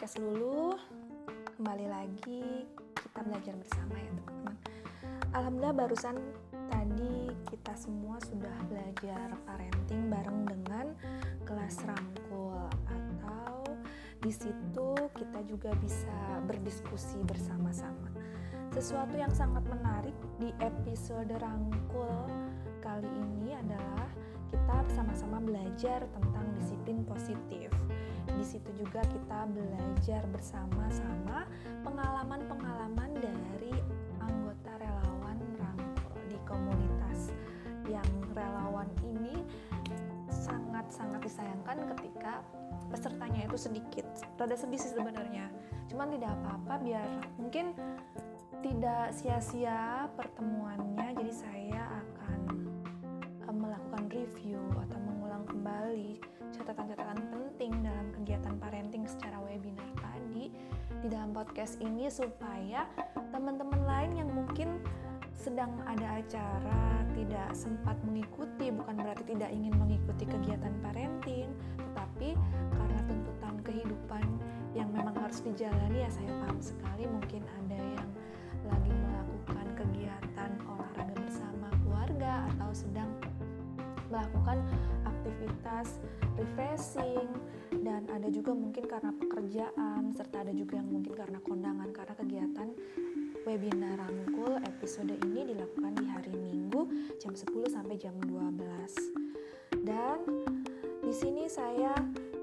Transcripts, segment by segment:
podcast Lulu. Kembali lagi kita belajar bersama ya teman-teman. Alhamdulillah barusan tadi kita semua sudah belajar parenting bareng dengan kelas rangkul, atau di situ kita juga bisa berdiskusi bersama-sama. Sesuatu yang sangat menarik di episode rangkul kali ini adalah kita sama-sama belajar tentang disiplin positif. Di situ juga kita belajar bersama-sama pengalaman-pengalaman dari anggota relawan rangkul di komunitas. Yang relawan ini sangat-sangat disayangkan ketika pesertanya itu sedikit. Rada sedih sih sebenarnya. Cuman tidak apa-apa, biar mungkin tidak sia-sia pertemuannya. Jadi saya akan melakukan review atau mengulang kembali catatan-catatan penting dalam kegiatan parenting secara webinar tadi di dalam podcast ini, supaya teman-teman lain yang mungkin sedang ada acara tidak sempat mengikuti, bukan berarti tidak ingin mengikuti kegiatan parenting, tetapi karena tuntutan kehidupan yang memang harus dijalani, ya saya paham sekali mungkin ada yang lagi melakukan kegiatan olahraga bersama keluarga atau sedang melakukan aktivitas refreshing, dan ada juga mungkin karena pekerjaan, serta ada juga yang mungkin karena kondangan, karena kegiatan webinar rangkul episode ini dilakukan di hari Minggu jam 10 sampai jam 12. Dan di sini saya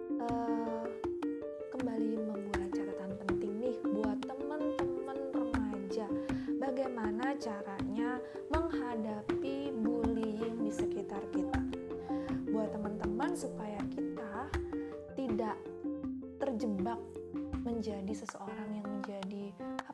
kembali membuat catatan penting nih buat teman-teman remaja. Bagaimana caranya menghadapi bullying di sekitar kita. Buat teman-teman supaya kita tidak terjebak menjadi seseorang yang menjadi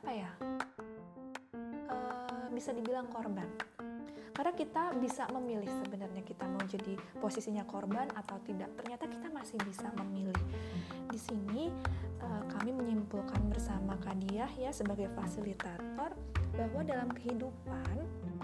bisa dibilang korban. Karena kita bisa memilih sebenarnya kita mau jadi posisinya korban atau tidak. Ternyata kita masih bisa memilih. Di sini kami menyimpulkan bersama Kak Diah ya sebagai fasilitator bahwa dalam kehidupan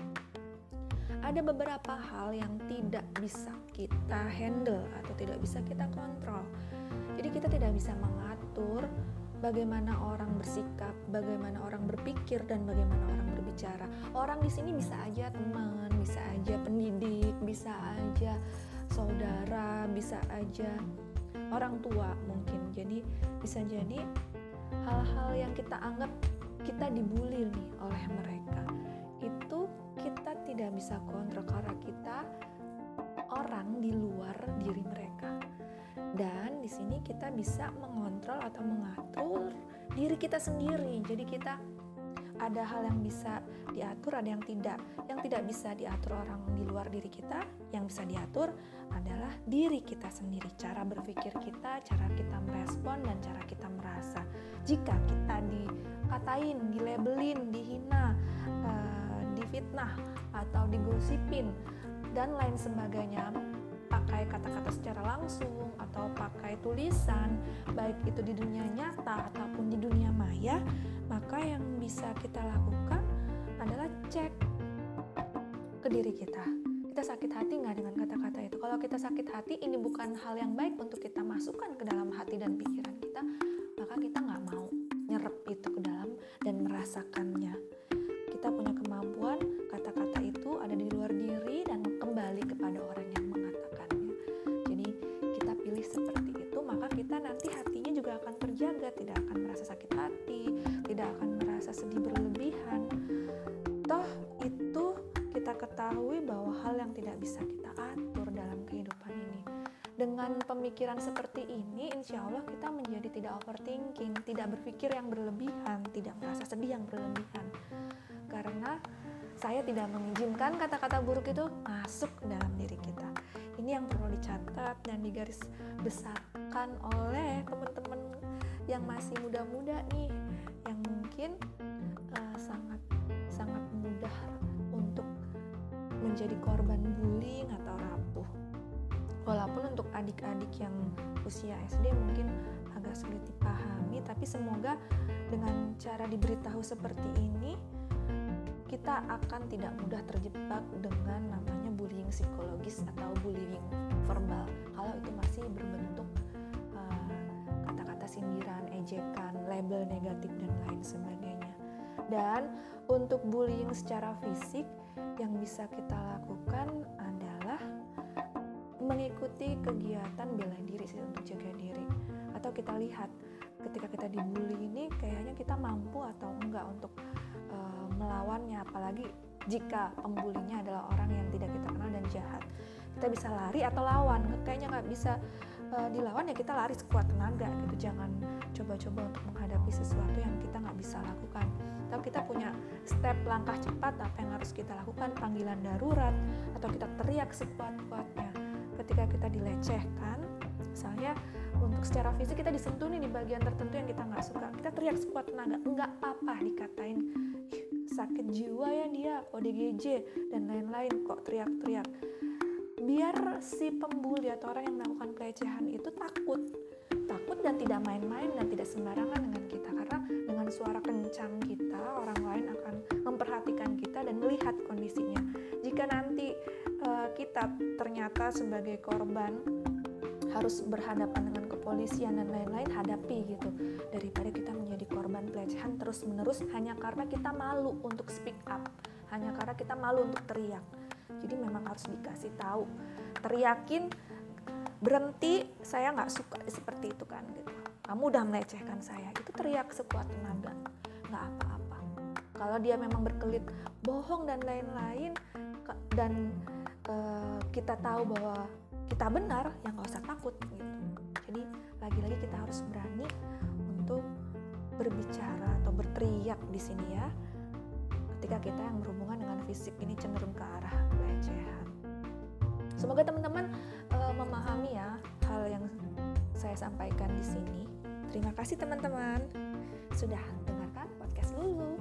ada beberapa hal yang tidak bisa kita handle atau tidak bisa kita kontrol. Jadi kita tidak bisa mengatur bagaimana orang bersikap, bagaimana orang berpikir, dan bagaimana orang berbicara. Orang di sini bisa aja teman, bisa aja pendidik, bisa aja saudara, bisa aja orang tua mungkin. Jadi bisa jadi hal-hal yang kita anggap kita dibully nih oleh mereka, itu kita tidak bisa kontrol karena kita orang di luar diri mereka. Dan di sini kita bisa mengontrol atau mengatur diri kita sendiri. Jadi kita ada hal yang bisa diatur, ada yang tidak. Yang tidak bisa diatur orang di luar diri kita, yang bisa diatur adalah diri kita sendiri. Cara berpikir kita, cara kita merespon, dan cara kita merasa. Jika kita dikatain, dilabelin, dihina, difitnah, atau digosipin, dan lain sebagainya, pakai kata-kata secara langsung atau pakai tulisan, baik itu di dunia nyata ataupun di dunia maya, maka yang bisa kita lakukan adalah cek ke diri kita. Kita sakit hati nggak dengan kata-kata itu? Kalau kita sakit hati, ini bukan hal yang baik untuk kita masukkan ke dalam hati dan pikiran kita, maka kita nggak mau nyerap itu ke dalam dan merasakannya. Kita punya kemampuan, kata-kata itu ada di luar diri dan kembali kepada orang yang mengatakannya. Jadi kita pilih seperti itu, maka kita nanti hatinya juga akan terjaga, tidak akan merasa sakit hati, tidak akan merasa sedih berlebihan. Toh itu kita ketahui bahwa hal yang tidak bisa kita atur dalam kehidupan ini. Dengan pemikiran seperti ini, insya Allah kita menjadi tidak overthinking, tidak berpikir yang berlebihan, tidak merasa sedih yang berlebihan. Karena saya tidak mengizinkan kata-kata buruk itu masuk ke dalam diri kita. Ini yang perlu dicatat dan digaris besarkan oleh teman-teman yang masih muda-muda nih, yang mungkin sangat mudah untuk menjadi korban bullying atau rapuh. Walaupun untuk adik-adik yang usia SD mungkin agak sulit dipahami, tapi semoga dengan cara diberitahu seperti ini kita akan tidak mudah terjebak dengan namanya bullying psikologis atau bullying verbal. Kalau itu masih berbentuk kata-kata sindiran, ejekan, lain sebagainya. Dan untuk bullying secara fisik yang bisa kita lakukan adalah mengikuti kegiatan bela diri sih, untuk jaga diri. Atau kita lihat ketika kita dibully ini kayaknya kita mampu atau enggak untuk melawannya, apalagi jika pembulinya adalah orang yang tidak kita kenal dan jahat. Kita bisa lari atau lawan, kayaknya nggak bisa dilawan ya kita lari sekuat tenaga gitu. Jangan coba-coba untuk menghadapi sesuatu yang kita nggak bisa lakukan. Atau kita punya step langkah cepat apa yang harus kita lakukan, panggilan darurat, atau kita teriak sekuat-kuatnya ketika kita dilecehkan. Misalnya untuk secara fisik kita disentuh nih di bagian tertentu yang kita nggak suka, kita teriak sekuat tenaga, nggak apa-apa dikatain sakit jiwa ya dia, ODGJ dan lain-lain, kok teriak-teriak. Biar si pembuli atau orang yang melakukan pelecehan itu takut dan tidak main-main dan tidak sembarangan dengan kita, karena dengan suara kencang kita orang lain akan memperhatikan kita dan melihat kondisinya. Jika nanti kita ternyata sebagai korban harus berhadapan dengan kepolisian dan lain-lain, hadapi gitu, daripada kita menjadi korban pelecehan terus-menerus hanya karena kita malu untuk speak up, hanya karena kita malu untuk teriak. Jadi memang harus dikasih tahu, teriakin, berhenti, saya nggak suka seperti itu kan gitu. Kamu udah melecehkan saya, itu teriak sekuat tenaga, nggak apa-apa. Kalau dia memang berkelit bohong dan lain-lain dan kita tahu bahwa kita benar, ya nggak usah takut gitu. Jadi lagi-lagi kita harus berani untuk berbicara atau berteriak di sini ya, ketika kita yang berhubungan dengan fisik ini cenderung ke arah pelecehan. Semoga teman-teman memahami ya hal yang saya sampaikan di sini. Terima kasih teman-teman sudah dengarkan podcast Lulu.